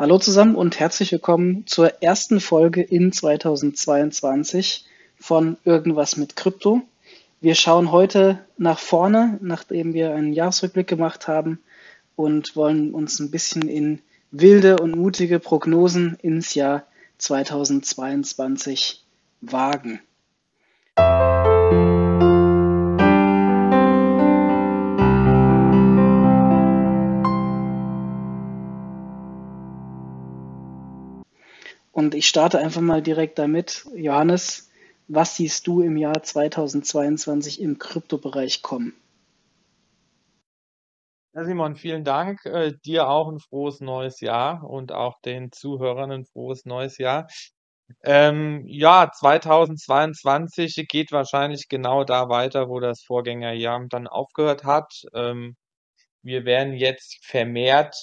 Hallo zusammen und herzlich willkommen zur ersten Folge in 2022 von Irgendwas mit Krypto. Wir schauen heute nach vorne, nachdem wir einen Jahresrückblick gemacht haben und wollen uns ein bisschen in wilde und mutige Prognosen ins Jahr 2022 wagen. Und ich starte einfach mal direkt damit. Johannes, was siehst du im Jahr 2022 im Kryptobereich kommen? Ja, Simon, vielen Dank. Dir auch ein frohes neues Jahr und auch den Zuhörern ein frohes neues Jahr. Ja, 2022 geht wahrscheinlich genau da weiter, wo das Vorgängerjahr dann aufgehört hat. Wir werden jetzt vermehrt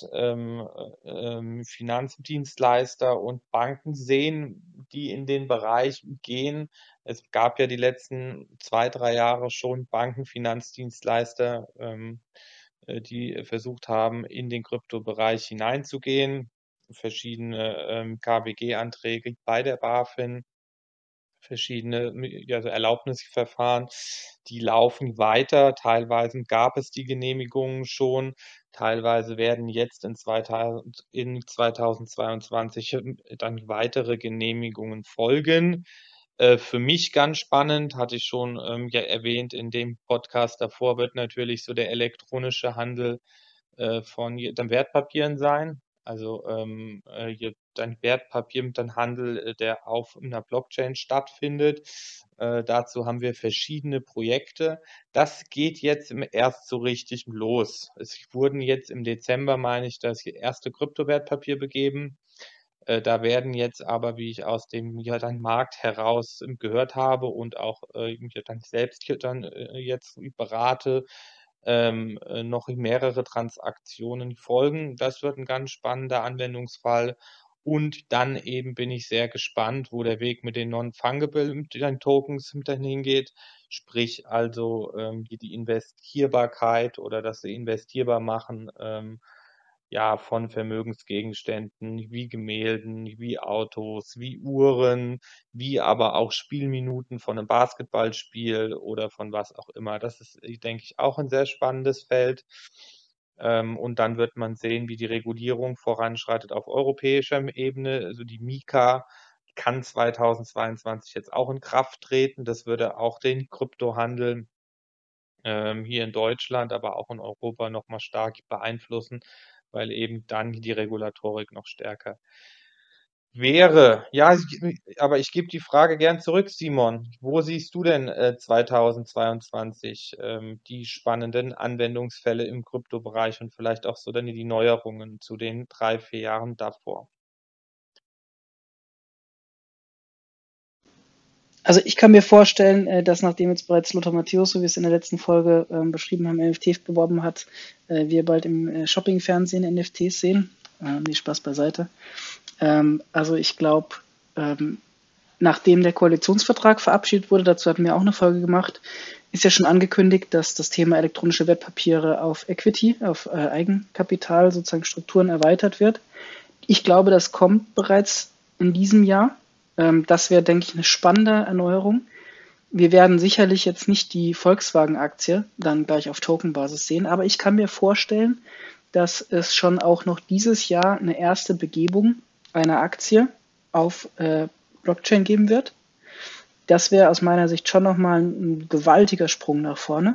Finanzdienstleister und Banken sehen, die in den Bereich gehen. Es gab ja die letzten 2, 3 Jahre schon Banken, Finanzdienstleister, die versucht haben, in den Kryptobereich hineinzugehen. Verschiedene KWG-Anträge bei der BaFin, verschiedene also Erlaubnisverfahren, die laufen weiter. Teilweise gab es die Genehmigungen schon, teilweise werden jetzt in 2022 dann weitere Genehmigungen folgen. Für mich ganz spannend, hatte ich schon ja erwähnt in dem Podcast davor, wird natürlich so der elektronische Handel von dann Wertpapieren sein. Also hier dann Wertpapier mit dem Handel, der auf einer Blockchain stattfindet. Dazu haben wir verschiedene Projekte. Das geht jetzt erst so richtig los. Es wurden jetzt im Dezember, meine ich, das erste Kryptowertpapier begeben. Da werden jetzt aber, wie ich aus dem ja dann Markt heraus gehört habe und auch ja dann selbst hier dann jetzt berate, noch mehrere Transaktionen folgen. Das wird ein ganz spannender Anwendungsfall. Und dann eben bin ich sehr gespannt, wo der Weg mit den Non-Fungible Tokens mit dahin hingeht. Sprich also die Investierbarkeit oder dass sie investierbar machen ja, von Vermögensgegenständen wie Gemälden, wie Autos, wie Uhren, wie aber auch Spielminuten von einem Basketballspiel oder von was auch immer. Das ist, denke ich, auch ein sehr spannendes Feld. Und dann wird man sehen, wie die Regulierung voranschreitet auf europäischer Ebene. Also die MiCA kann 2022 jetzt auch in Kraft treten. Das würde auch den Kryptohandel hier in Deutschland, aber auch in Europa nochmal stark beeinflussen, weil eben dann die Regulatorik noch stärker wäre. Ja, aber ich gebe die Frage gern zurück, Simon. Wo siehst du denn 2022 die spannenden Anwendungsfälle im Kryptobereich und vielleicht auch so dann die Neuerungen zu den 3, 4 Jahren davor? Also ich kann mir vorstellen, dass nachdem jetzt bereits Lothar Matthäus, so wie wir es in der letzten Folge beschrieben haben, NFTs beworben hat, wir bald im Shopping-Fernsehen NFTs sehen. Nee, Spaß beiseite. Also ich glaube, nachdem der Koalitionsvertrag verabschiedet wurde, dazu hatten wir auch eine Folge gemacht, ist ja schon angekündigt, dass das Thema elektronische Wertpapiere auf Equity, auf Eigenkapital, sozusagen Strukturen erweitert wird. Ich glaube, das kommt bereits in diesem Jahr. Das wäre, denke ich, eine spannende Erneuerung. Wir werden sicherlich jetzt nicht die Volkswagen-Aktie dann gleich auf Tokenbasis sehen, aber ich kann mir vorstellen, dass es schon auch noch dieses Jahr eine erste Begebung einer Aktie auf Blockchain geben wird. Das wäre aus meiner Sicht schon nochmal ein gewaltiger Sprung nach vorne.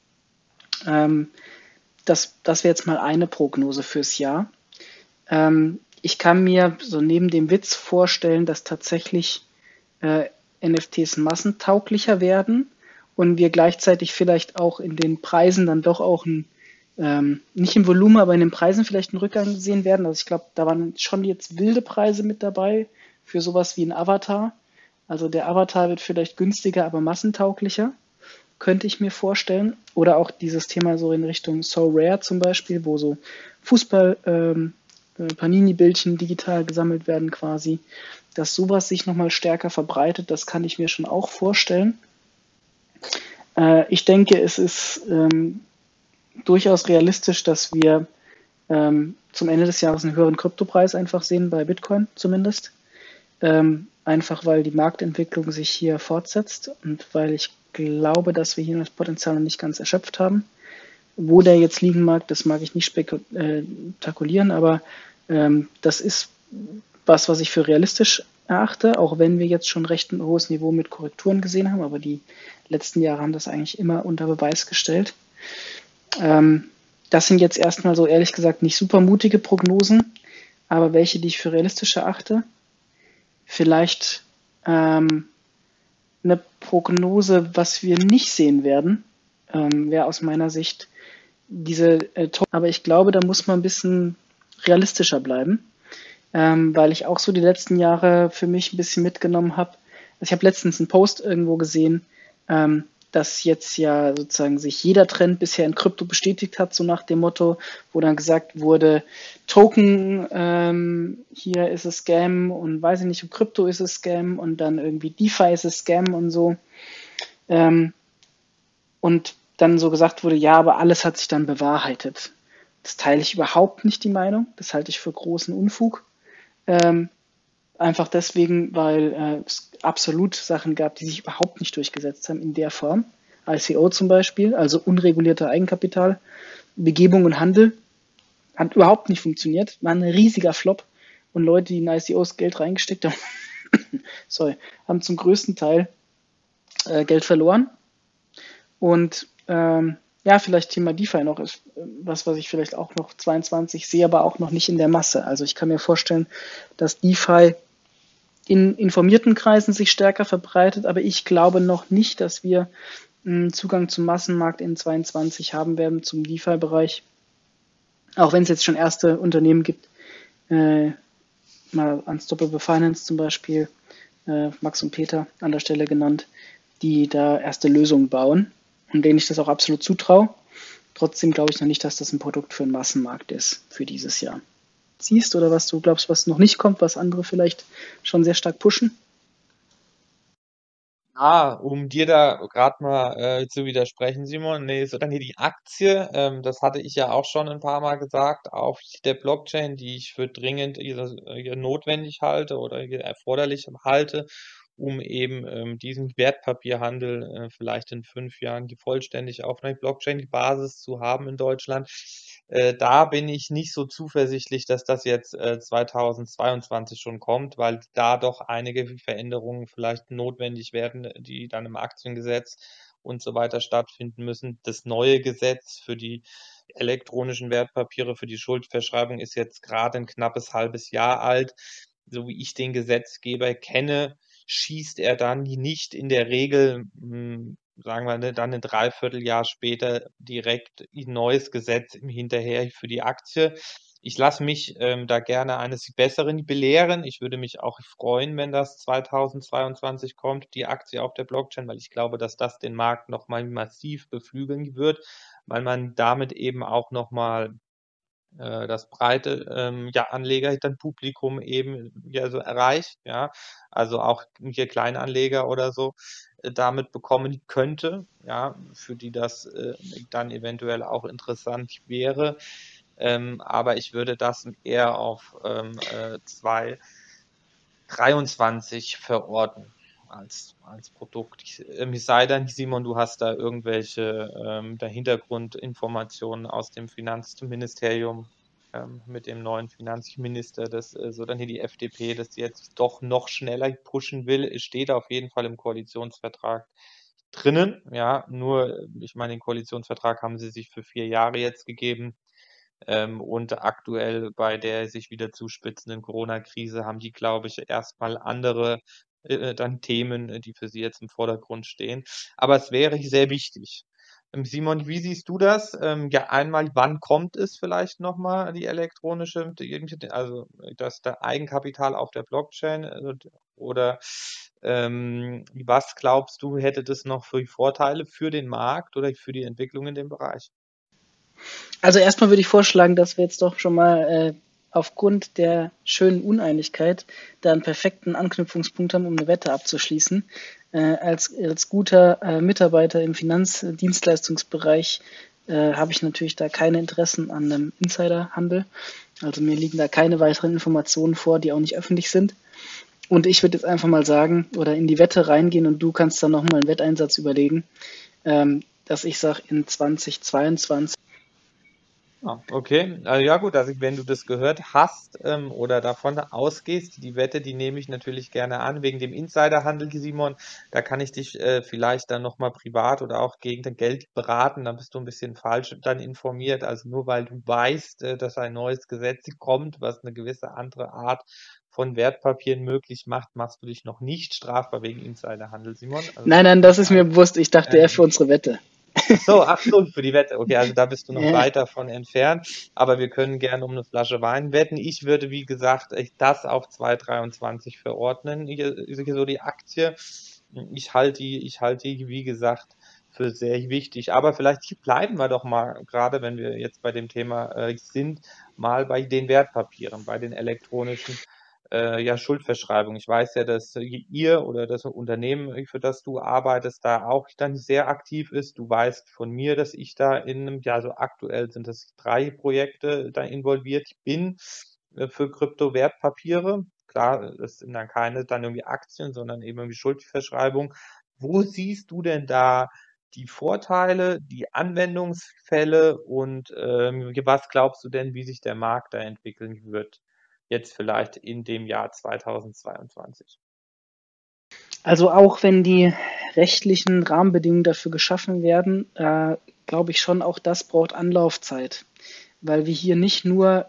Das wäre jetzt mal eine Prognose fürs Jahr. Ich kann mir so neben dem Witz vorstellen, dass tatsächlich NFTs massentauglicher werden und wir gleichzeitig vielleicht auch in den Preisen dann doch auch nicht im Volumen, aber in den Preisen vielleicht einen Rückgang sehen werden. Also ich glaube, da waren schon jetzt wilde Preise mit dabei für sowas wie ein Avatar. Also der Avatar wird vielleicht günstiger, aber massentauglicher, könnte ich mir vorstellen. Oder auch dieses Thema so in Richtung So Rare zum Beispiel, wo so Fußball Panini-Bildchen digital gesammelt werden quasi, dass sowas sich nochmal stärker verbreitet, das kann ich mir schon auch vorstellen. Ich denke, es ist durchaus realistisch, dass wir zum Ende des Jahres einen höheren Kryptopreis einfach sehen, bei Bitcoin zumindest. Einfach weil die Marktentwicklung sich hier fortsetzt und weil ich glaube, dass wir hier das Potenzial noch nicht ganz erschöpft haben. Wo der jetzt liegen mag, das mag ich nicht spekulieren, aber das ist was ich für realistisch erachte, auch wenn wir jetzt schon recht ein hohes Niveau mit Korrekturen gesehen haben, aber die letzten Jahre haben das eigentlich immer unter Beweis gestellt. Das sind jetzt erstmal so ehrlich gesagt nicht super mutige Prognosen, aber welche, die ich für realistisch erachte. Vielleicht eine Prognose, was wir nicht sehen werden, wäre aus meiner Sicht diese aber ich glaube, da muss man ein bisschen realistischer bleiben, weil ich auch so die letzten Jahre für mich ein bisschen mitgenommen habe. Also ich habe letztens einen Post irgendwo gesehen, dass jetzt ja sozusagen sich jeder Trend bisher in Krypto bestätigt hat, so nach dem Motto, wo dann gesagt wurde, Token, hier ist es Scam und weiß ich nicht, und Krypto ist es Scam und dann irgendwie DeFi ist es Scam und so. Und dann so gesagt wurde, ja, aber alles hat sich dann bewahrheitet. Das teile ich überhaupt nicht die Meinung. Das halte ich für großen Unfug. Einfach deswegen, weil es absolut Sachen gab, die sich überhaupt nicht durchgesetzt haben in der Form. ICO zum Beispiel, also unregulierter Eigenkapital, Begebung und Handel, hat überhaupt nicht funktioniert, war ein riesiger Flop und Leute, die in ICOs Geld reingesteckt haben, haben zum größten Teil Geld verloren. Und ja, vielleicht Thema DeFi noch ist was ich vielleicht auch noch 22 sehe, aber auch noch nicht in der Masse. Also ich kann mir vorstellen, dass DeFi in informierten Kreisen sich stärker verbreitet, aber ich glaube noch nicht, dass wir Zugang zum Massenmarkt in 22 haben werden zum DeFi-Bereich. Auch wenn es jetzt schon erste Unternehmen gibt, mal Unstoppable Finance zum Beispiel, Max und Peter an der Stelle genannt, die da erste Lösungen bauen und denen ich das auch absolut zutraue. Trotzdem glaube ich noch nicht, dass das ein Produkt für den Massenmarkt ist für dieses Jahr. Siehst oder was du glaubst, was noch nicht kommt, was andere vielleicht schon sehr stark pushen? Um dir da gerade mal zu widersprechen, Simon, nee, so dann hier die Aktie, das hatte ich ja auch schon ein paar Mal gesagt, auf der Blockchain, die ich für dringend notwendig halte oder erforderlich halte, um eben diesen Wertpapierhandel vielleicht in 5 Jahren vollständig auf einer Blockchain-Basis zu haben in Deutschland. Da bin ich nicht so zuversichtlich, dass das jetzt 2022 schon kommt, weil da doch einige Veränderungen vielleicht notwendig werden, die dann im Aktiengesetz und so weiter stattfinden müssen. Das neue Gesetz für die elektronischen Wertpapiere, für die Schuldverschreibung ist jetzt gerade ein knappes halbes Jahr alt. So wie ich den Gesetzgeber kenne, schießt er dann nicht in der Regel, sagen wir, dann ein Dreivierteljahr später direkt ein neues Gesetz hinterher für die Aktie. Ich lasse mich da gerne eines Besseren belehren. Ich würde mich auch freuen, wenn das 2022 kommt, die Aktie auf der Blockchain, weil ich glaube, dass das den Markt nochmal massiv beflügeln wird, weil man damit eben auch nochmal das breite Anleger, dann Publikum eben so erreicht, ja, also auch hier Kleinanleger oder so damit bekommen könnte, ja, für die das dann eventuell auch interessant wäre. Aber ich würde das eher auf 2023 verorten als Produkt. Es sei denn, Simon, du hast da irgendwelche Hintergrundinformationen aus dem Finanzministerium mit dem neuen Finanzminister, so dann hier die FDP, dass die jetzt doch noch schneller pushen will. Es steht auf jeden Fall im Koalitionsvertrag drinnen. Ja, nur, ich meine, den Koalitionsvertrag haben sie sich für 4 Jahre jetzt gegeben. Und aktuell bei der sich wieder zuspitzenden Corona-Krise haben die, glaube ich, erstmal andere dann Themen, die für sie jetzt im Vordergrund stehen. Aber es wäre sehr wichtig. Simon, wie siehst du das? Ja, einmal, wann kommt es vielleicht nochmal, die elektronische, also das der Eigenkapital auf der Blockchain? Oder was glaubst du, hätte das noch für Vorteile für den Markt oder für die Entwicklung in dem Bereich? Also erstmal würde ich vorschlagen, dass wir jetzt doch schon mal aufgrund der schönen Uneinigkeit da einen perfekten Anknüpfungspunkt haben, um eine Wette abzuschließen. Als guter Mitarbeiter im Finanzdienstleistungsbereich habe ich natürlich da keine Interessen an einem Insiderhandel. Also mir liegen da keine weiteren Informationen vor, die auch nicht öffentlich sind. Und ich würde jetzt einfach mal sagen oder in die Wette reingehen und du kannst dann nochmal einen Wetteinsatz überlegen, dass ich sage, in 2022. Ah, okay. Ja gut, also wenn du das gehört hast oder davon ausgehst, die Wette, die nehme ich natürlich gerne an, wegen dem Insiderhandel, Simon. Da kann ich dich vielleicht dann nochmal privat oder auch gegen dein Geld beraten. Dann bist du ein bisschen falsch dann informiert. Also nur weil du weißt, dass ein neues Gesetz kommt, was eine gewisse andere Art von Wertpapieren möglich macht, machst du dich noch nicht strafbar wegen Insiderhandel, Simon. Also Nein, das nein, das nicht ist mir falsch. bewusst. Ich dachte eher für Ähm, unsere Wette. ach so, für die Wette. Okay, also da bist du noch Ja. weit davon entfernt, aber wir können gerne um eine Flasche Wein wetten. Ich würde, wie gesagt, das auf 2023 verordnen, hier so die Aktie. Ich halte die, wie gesagt, für sehr wichtig. Aber vielleicht bleiben wir doch mal, gerade wenn wir jetzt bei dem Thema sind, mal bei den Wertpapieren, bei den elektronischen ja, Schuldverschreibung. Ich weiß ja, dass ihr oder das Unternehmen, für das du arbeitest, da auch dann sehr aktiv ist. Du weißt von mir, dass ich da in einem, ja, so aktuell sind das 3 Projekte da involviert bin für Kryptowertpapiere. Klar, das sind dann keine dann irgendwie Aktien, sondern eben irgendwie Schuldverschreibung. Wo siehst du denn da die Vorteile, die Anwendungsfälle und was glaubst du denn, wie sich der Markt da entwickeln wird? Jetzt vielleicht in dem Jahr 2022. Also auch wenn die rechtlichen Rahmenbedingungen dafür geschaffen werden, glaube ich schon, auch das braucht Anlaufzeit, weil wir hier nicht nur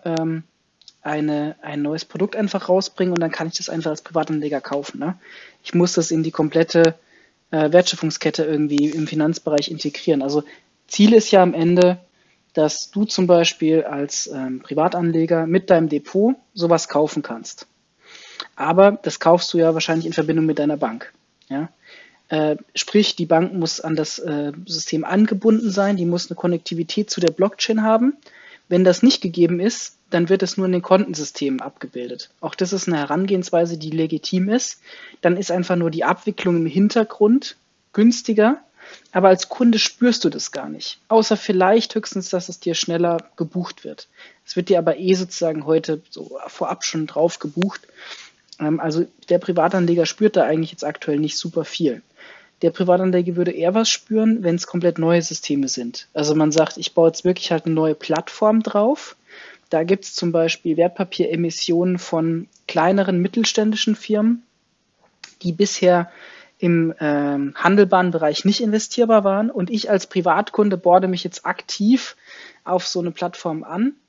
ein neues Produkt einfach rausbringen und dann kann ich das einfach als Privatanleger kaufen. Ne? Ich muss das in die komplette Wertschöpfungskette irgendwie im Finanzbereich integrieren. Also Ziel ist ja am Ende, dass du zum Beispiel als Privatanleger mit deinem Depot sowas kaufen kannst. Aber das kaufst du ja wahrscheinlich in Verbindung mit deiner Bank. Ja? Sprich, die Bank muss an das System angebunden sein, die muss eine Konnektivität zu der Blockchain haben. Wenn das nicht gegeben ist, dann wird es nur in den Kontensystemen abgebildet. Auch das ist eine Herangehensweise, die legitim ist. Dann ist einfach nur die Abwicklung im Hintergrund günstiger, aber als Kunde spürst du das gar nicht. Außer vielleicht höchstens, dass es dir schneller gebucht wird. Es wird dir aber sozusagen heute so vorab schon drauf gebucht. Also der Privatanleger spürt da eigentlich jetzt aktuell nicht super viel. Der Privatanleger würde eher was spüren, wenn es komplett neue Systeme sind. Also man sagt, ich baue jetzt wirklich halt eine neue Plattform drauf. Da gibt es zum Beispiel Wertpapieremissionen von kleineren mittelständischen Firmen, die bisher im handelbaren Bereich nicht investierbar waren. Und ich als Privatkunde borde mich jetzt aktiv auf so eine Plattform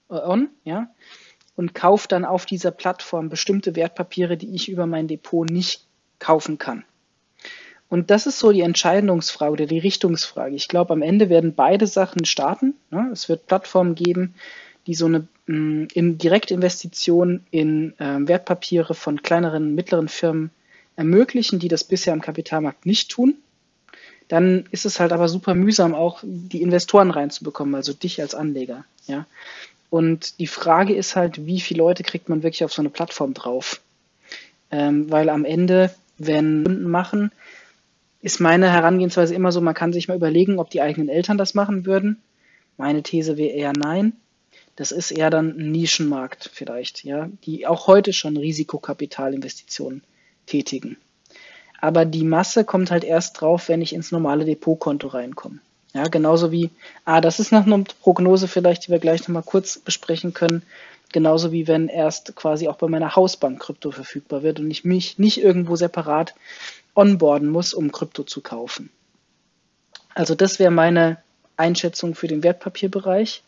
ja, und kaufe dann auf dieser Plattform bestimmte Wertpapiere, die ich über mein Depot nicht kaufen kann. Und das ist so die Entscheidungsfrage oder die Richtungsfrage. Ich glaube, am Ende werden beide Sachen starten. Ne? Es wird Plattformen geben, die so eine Direktinvestition in Wertpapiere von kleineren, mittleren Firmen ermöglichen, die das bisher am Kapitalmarkt nicht tun. Dann ist es halt aber super mühsam, auch die Investoren reinzubekommen, also dich als Anleger. Ja? Und die Frage ist halt, wie viele Leute kriegt man wirklich auf so eine Plattform drauf? Weil am Ende, wenn Kunden machen, ist meine Herangehensweise immer so, man kann sich mal überlegen, ob die eigenen Eltern das machen würden. Meine These wäre eher nein. Das ist eher dann ein Nischenmarkt vielleicht, ja, die auch heute schon Risikokapitalinvestitionen tätigen. Aber die Masse kommt halt erst drauf, wenn ich ins normale Depotkonto reinkomme. Ja, genauso wie, das ist noch eine Prognose vielleicht, die wir gleich nochmal kurz besprechen können. Genauso wie wenn erst quasi auch bei meiner Hausbank Krypto verfügbar wird und ich mich nicht irgendwo separat onboarden muss, um Krypto zu kaufen. Also das wäre meine Einschätzung für den Wertpapierbereich.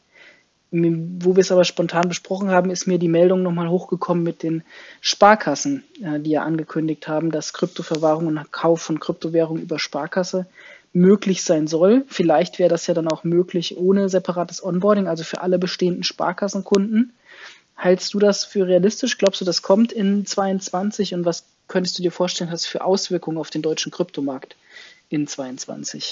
Wo wir es aber spontan besprochen haben, ist mir die Meldung nochmal hochgekommen mit den Sparkassen, die ja angekündigt haben, dass Kryptoverwahrung und Kauf von Kryptowährung über Sparkasse möglich sein soll. Vielleicht wäre das ja dann auch möglich ohne separates Onboarding, also für alle bestehenden Sparkassenkunden. Hältst du das für realistisch? Glaubst du, das kommt in 2022? Und was könntest du dir vorstellen, hat es für Auswirkungen auf den deutschen Kryptomarkt in 2022?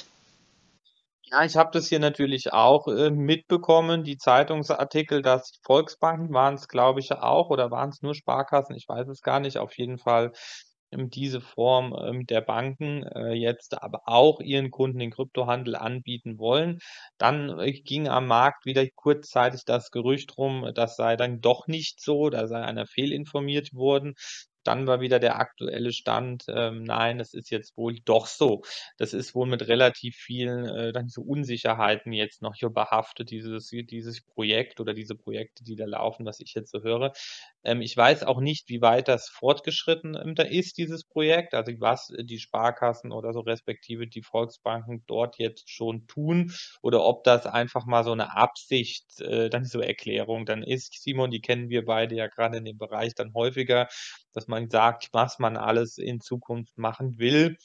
Ja, ich habe das hier natürlich auch mitbekommen, die Zeitungsartikel, dass Volksbanken waren es, glaube ich, auch, oder waren es nur Sparkassen, ich weiß es gar nicht, auf jeden Fall diese Form der Banken jetzt aber auch ihren Kunden den Kryptohandel anbieten wollen. Dann ging am Markt wieder kurzzeitig das Gerücht rum, das sei dann doch nicht so, da sei einer fehlinformiert worden. Dann war wieder der aktuelle Stand, nein, es ist jetzt wohl doch so. Das ist wohl mit relativ vielen dann so Unsicherheiten jetzt noch hier behaftet, dieses Projekt oder diese Projekte, die da laufen, was ich jetzt so höre. Ich weiß auch nicht, wie weit das fortgeschritten da ist, dieses Projekt, also was die Sparkassen oder so respektive die Volksbanken dort jetzt schon tun oder ob das einfach mal so eine Absicht, dann so Erklärung dann ist. Simon, die kennen wir beide ja gerade in dem Bereich dann häufiger, dass man sagt, was man alles in Zukunft machen will.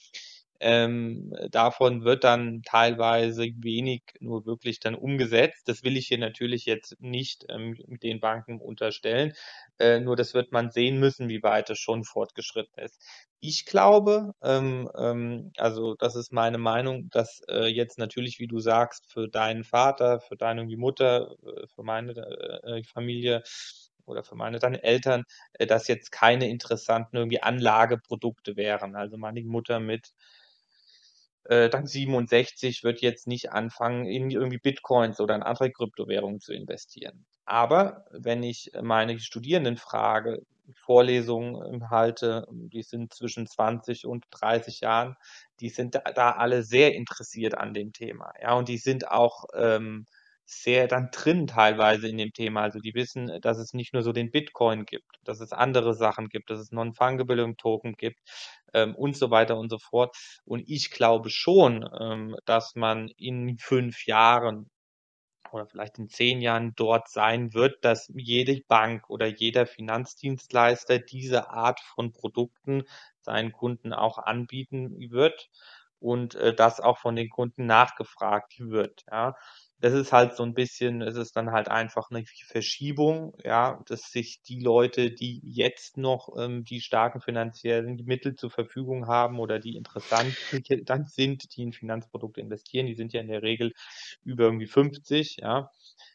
Davon wird dann teilweise wenig nur wirklich dann umgesetzt. Das will ich hier natürlich jetzt nicht den Banken unterstellen. Nur das wird man sehen müssen, wie weit es schon fortgeschritten ist. Ich glaube, also das ist meine Meinung, dass jetzt natürlich, wie du sagst, für deinen Vater, für deine irgendwie Mutter, für meine Familie oder für deine Eltern, dass jetzt keine interessanten irgendwie Anlageprodukte wären. Also meine Mutter mit dann 67 wird jetzt nicht anfangen, in irgendwie Bitcoins oder in andere Kryptowährungen zu investieren. Aber wenn ich meine Studierenden frage, Vorlesungen halte, die sind zwischen 20 und 30 Jahren, die sind da alle sehr interessiert an dem Thema. Ja, und die sind auch sehr dann drin teilweise in dem Thema. Also die wissen, dass es nicht nur so den Bitcoin gibt, dass es andere Sachen gibt, dass es Non-Fungible Token gibt und so weiter und so fort. Und ich glaube schon, dass man in 5 Jahren oder vielleicht in 10 Jahren dort sein wird, dass jede Bank oder jeder Finanzdienstleister diese Art von Produkten seinen Kunden auch anbieten wird und das auch von den Kunden nachgefragt wird. Ja. Das ist halt so ein bisschen, es ist dann halt einfach eine Verschiebung, ja, dass sich die Leute, die jetzt noch die starken finanziellen Mittel zur Verfügung haben oder die interessant dann sind, die in Finanzprodukte investieren, die sind ja in der Regel über irgendwie 50, ja.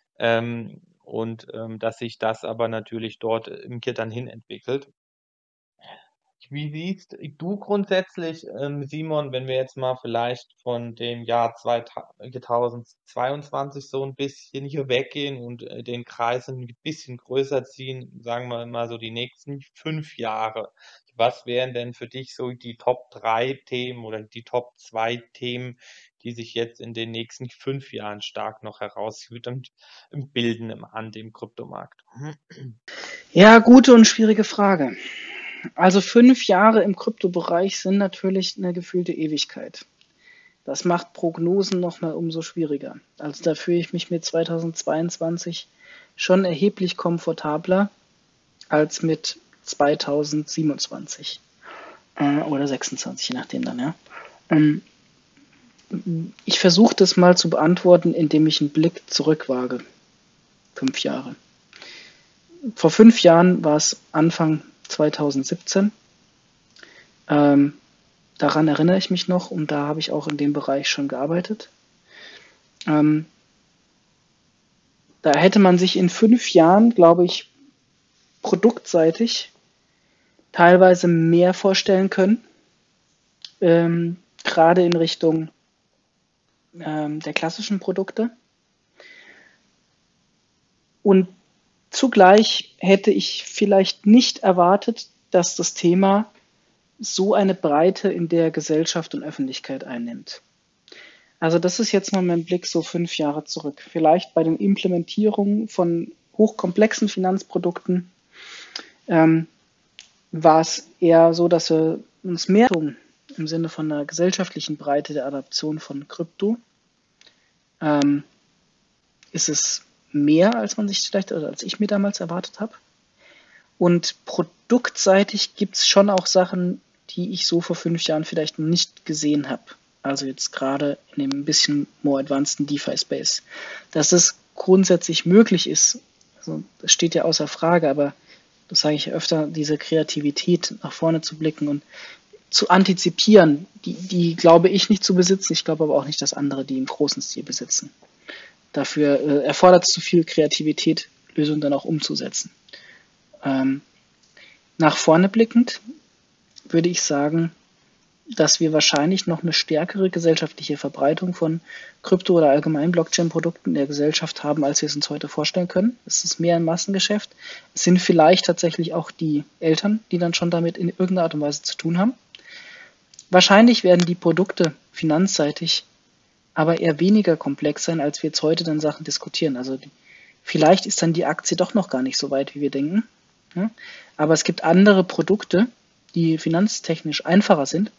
Dass sich das aber natürlich dort dann hin entwickelt. Wie siehst du grundsätzlich, Simon, wenn wir jetzt mal vielleicht von dem Jahr 2022 so ein bisschen hier weggehen und den Kreis ein bisschen größer ziehen, sagen wir mal so die nächsten 5 Jahre. Was wären denn für dich so die Top 3 Themen oder die Top 2 Themen, die sich jetzt in den nächsten 5 Jahren stark noch herausbilden an dem Kryptomarkt? Ja, gute und schwierige Frage. Also 5 Jahre im Kryptobereich sind natürlich eine gefühlte Ewigkeit. Das macht Prognosen nochmal umso schwieriger. Also da fühle ich mich mit 2022 schon erheblich komfortabler als mit 2027 oder 26, je nachdem dann, ja. Ich versuche das mal zu beantworten, indem ich einen Blick zurückwage. 5 Jahre. Vor 5 Jahren war es Anfang 2017. Daran erinnere ich mich noch und da habe ich auch in dem Bereich schon gearbeitet. Da hätte man sich in 5 Jahren, glaube ich, produktseitig teilweise mehr vorstellen können, gerade in Richtung der klassischen Produkte. Und zugleich hätte ich vielleicht nicht erwartet, dass das Thema so eine Breite in der Gesellschaft und Öffentlichkeit einnimmt. Also das ist jetzt mal mein Blick so 5 Jahre zurück. Vielleicht bei den Implementierungen von hochkomplexen Finanzprodukten war es eher so, dass wir uns mehr tun im Sinne von einer gesellschaftlichen Breite der Adaption von Krypto. Ist es mehr, als man sich vielleicht oder als ich mir damals erwartet habe. Und produktseitig gibt es schon auch Sachen, die ich so vor 5 Jahren vielleicht nicht gesehen habe. Also jetzt gerade in dem ein bisschen more advanced DeFi-Space. Dass es grundsätzlich möglich ist, also das steht ja außer Frage, aber das sage ich öfter, diese Kreativität nach vorne zu blicken und zu antizipieren, die glaube ich nicht zu besitzen. Ich glaube aber auch nicht, dass andere die im großen Stil besitzen. Dafür erfordert es zu viel Kreativität, Lösungen dann auch umzusetzen. Nach vorne blickend würde ich sagen, dass wir wahrscheinlich noch eine stärkere gesellschaftliche Verbreitung von Krypto- oder allgemein Blockchain-Produkten in der Gesellschaft haben, als wir es uns heute vorstellen können. Es ist mehr ein Massengeschäft. Es sind vielleicht tatsächlich auch die Eltern, die dann schon damit in irgendeiner Art und Weise zu tun haben. Wahrscheinlich werden die Produkte finanzseitig aber eher weniger komplex sein, als wir jetzt heute dann Sachen diskutieren. Also vielleicht ist dann die Aktie doch noch gar nicht so weit, wie wir denken. Ja? Aber es gibt andere Produkte, die finanztechnisch einfacher sind,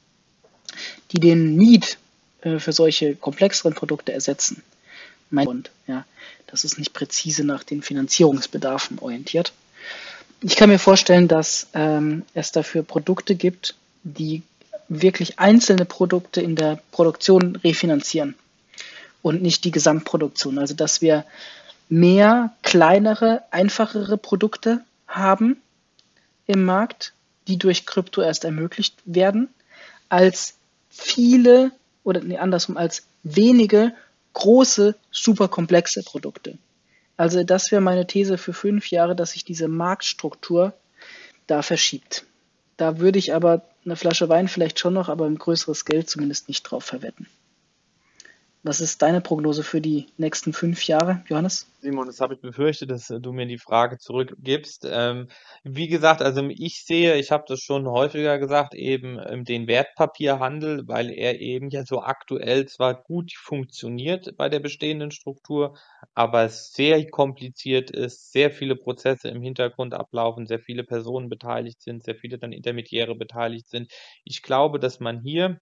die den Need für solche komplexeren Produkte ersetzen. Und ja, das ist nicht präzise nach den Finanzierungsbedarfen orientiert. Ich kann mir vorstellen, dass es dafür Produkte gibt, die wirklich einzelne Produkte in der Produktion refinanzieren und nicht die Gesamtproduktion. Also dass wir mehr kleinere, einfachere Produkte haben im Markt, die durch Krypto erst ermöglicht werden, als viele oder nee, andersrum, als wenige große, super komplexe Produkte. Also das wäre meine These für 5 Jahre, dass sich diese Marktstruktur da verschiebt. Da würde ich aber eine Flasche Wein vielleicht schon noch, aber ein größeres Geld zumindest nicht drauf verwetten. Was ist deine Prognose für die nächsten 5 Jahre, Johannes? Simon, das habe ich befürchtet, dass du mir die Frage zurückgibst. Wie gesagt, also ich sehe, ich habe das schon häufiger gesagt, eben den Wertpapierhandel, weil er eben ja so aktuell zwar gut funktioniert bei der bestehenden Struktur, aber es sehr kompliziert ist, sehr viele Prozesse im Hintergrund ablaufen, sehr viele Personen beteiligt sind, sehr viele dann Intermediäre beteiligt sind. Ich glaube, dass man hier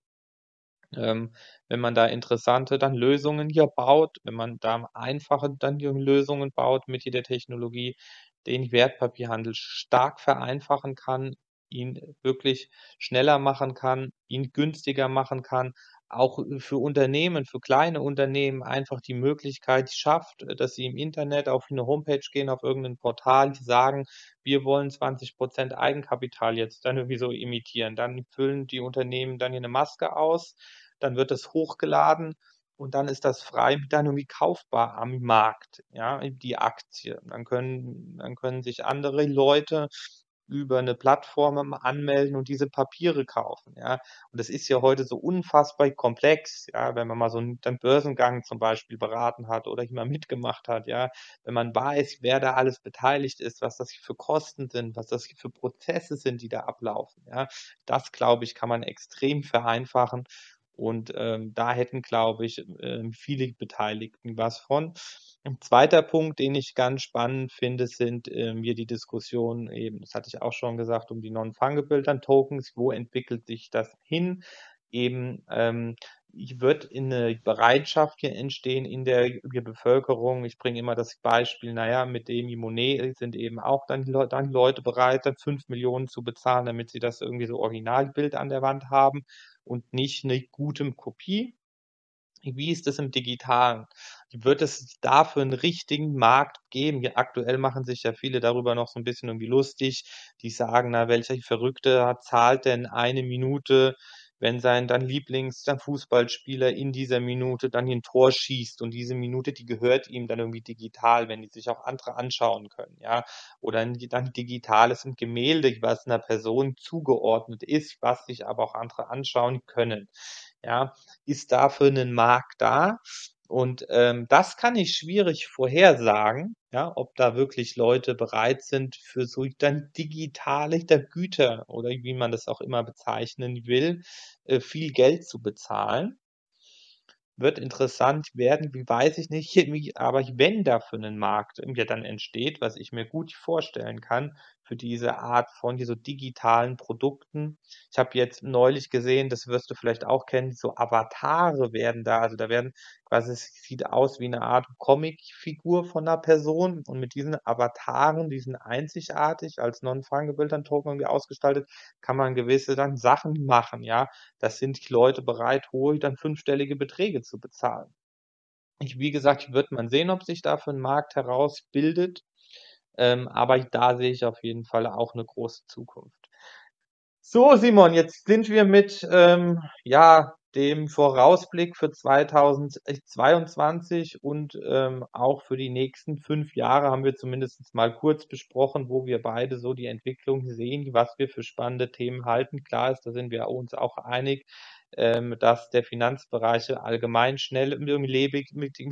wenn man da interessante dann Lösungen hier baut, wenn man da einfache dann hier Lösungen baut mit jeder Technologie, den Wertpapierhandel stark vereinfachen kann, ihn wirklich schneller machen kann, ihn günstiger machen kann, auch für Unternehmen, für kleine Unternehmen einfach die Möglichkeit schafft, dass sie im Internet auf eine Homepage gehen, auf irgendein Portal, die sagen, wir wollen 20% Eigenkapital jetzt dann irgendwie so imitieren. Dann füllen die Unternehmen dann hier eine Maske aus, dann wird es hochgeladen und dann ist das frei dann irgendwie kaufbar am Markt, ja, die Aktie. Dann können sich andere Leute über eine Plattform anmelden und diese Papiere kaufen, ja. Und das ist ja heute so unfassbar komplex, ja, wenn man mal so einen dann Börsengang zum Beispiel beraten hat oder hier mal mitgemacht hat, ja. Wenn man weiß, wer da alles beteiligt ist, was das für Kosten sind, was das für Prozesse sind, die da ablaufen, ja. Das, glaube ich, kann man extrem vereinfachen und da hätten, glaube ich, viele Beteiligten was von. Ein zweiter Punkt, den ich ganz spannend finde, sind hier die Diskussion eben, das hatte ich auch schon gesagt, um die Non-Fungible Tokens. Wo entwickelt sich das hin? Eben wird eine Bereitschaft hier entstehen in der Bevölkerung. Ich bringe immer das Beispiel, naja, mit dem Monet sind eben auch dann Leute bereit, dann 5 Millionen zu bezahlen, damit sie das irgendwie so Originalbild an der Wand haben und nicht eine gute Kopie. Wie ist das im Digitalen? Wird es dafür einen richtigen Markt geben? Ja, aktuell machen sich ja viele darüber noch so ein bisschen irgendwie lustig. Die sagen, na, welcher Verrückte zahlt denn eine Minute, wenn sein dann dann Fußballspieler in dieser Minute dann ein Tor schießt und diese Minute, die gehört ihm dann irgendwie digital, wenn die sich auch andere anschauen können, ja? Oder dann digitales Gemälde, was einer Person zugeordnet ist, was sich aber auch andere anschauen können, ja? Ist dafür ein Markt da? Und das kann ich schwierig vorhersagen, ja, ob da wirklich Leute bereit sind, für so dann digitale Güter oder wie man das auch immer bezeichnen will, viel Geld zu bezahlen. Wird interessant werden, wie weiß ich nicht, aber wenn dafür ein Markt irgendwie dann entsteht, was ich mir gut vorstellen kann, für diese Art von so digitalen Produkten. Ich habe jetzt neulich gesehen, das wirst du vielleicht auch kennen, so Avatare werden da, also da werden quasi, es sieht aus wie eine Art Comicfigur von einer Person und mit diesen Avataren, die sind einzigartig als Non-Fungible dann Token irgendwie ausgestaltet, kann man gewisse dann Sachen machen, ja. Das sind die Leute bereit, hohe, dann fünfstellige Beträge zu bezahlen. Wie gesagt, wird man sehen, ob sich dafür ein Markt herausbildet, aber da sehe ich auf jeden Fall auch eine große Zukunft. So, Simon, jetzt sind wir mit dem Vorausblick für 2022 und auch für die nächsten 5 Jahre haben wir zumindest mal kurz besprochen, wo wir beide so die Entwicklung sehen, was wir für spannende Themen halten. Klar ist, da sind wir uns auch einig, dass der Finanzbereich allgemein schnelllebig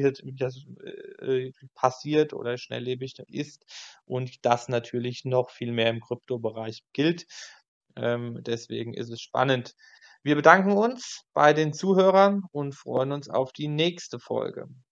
passiert oder schnelllebig ist und das natürlich noch viel mehr im Kryptobereich gilt. Deswegen ist es spannend. Wir bedanken uns bei den Zuhörern und freuen uns auf die nächste Folge.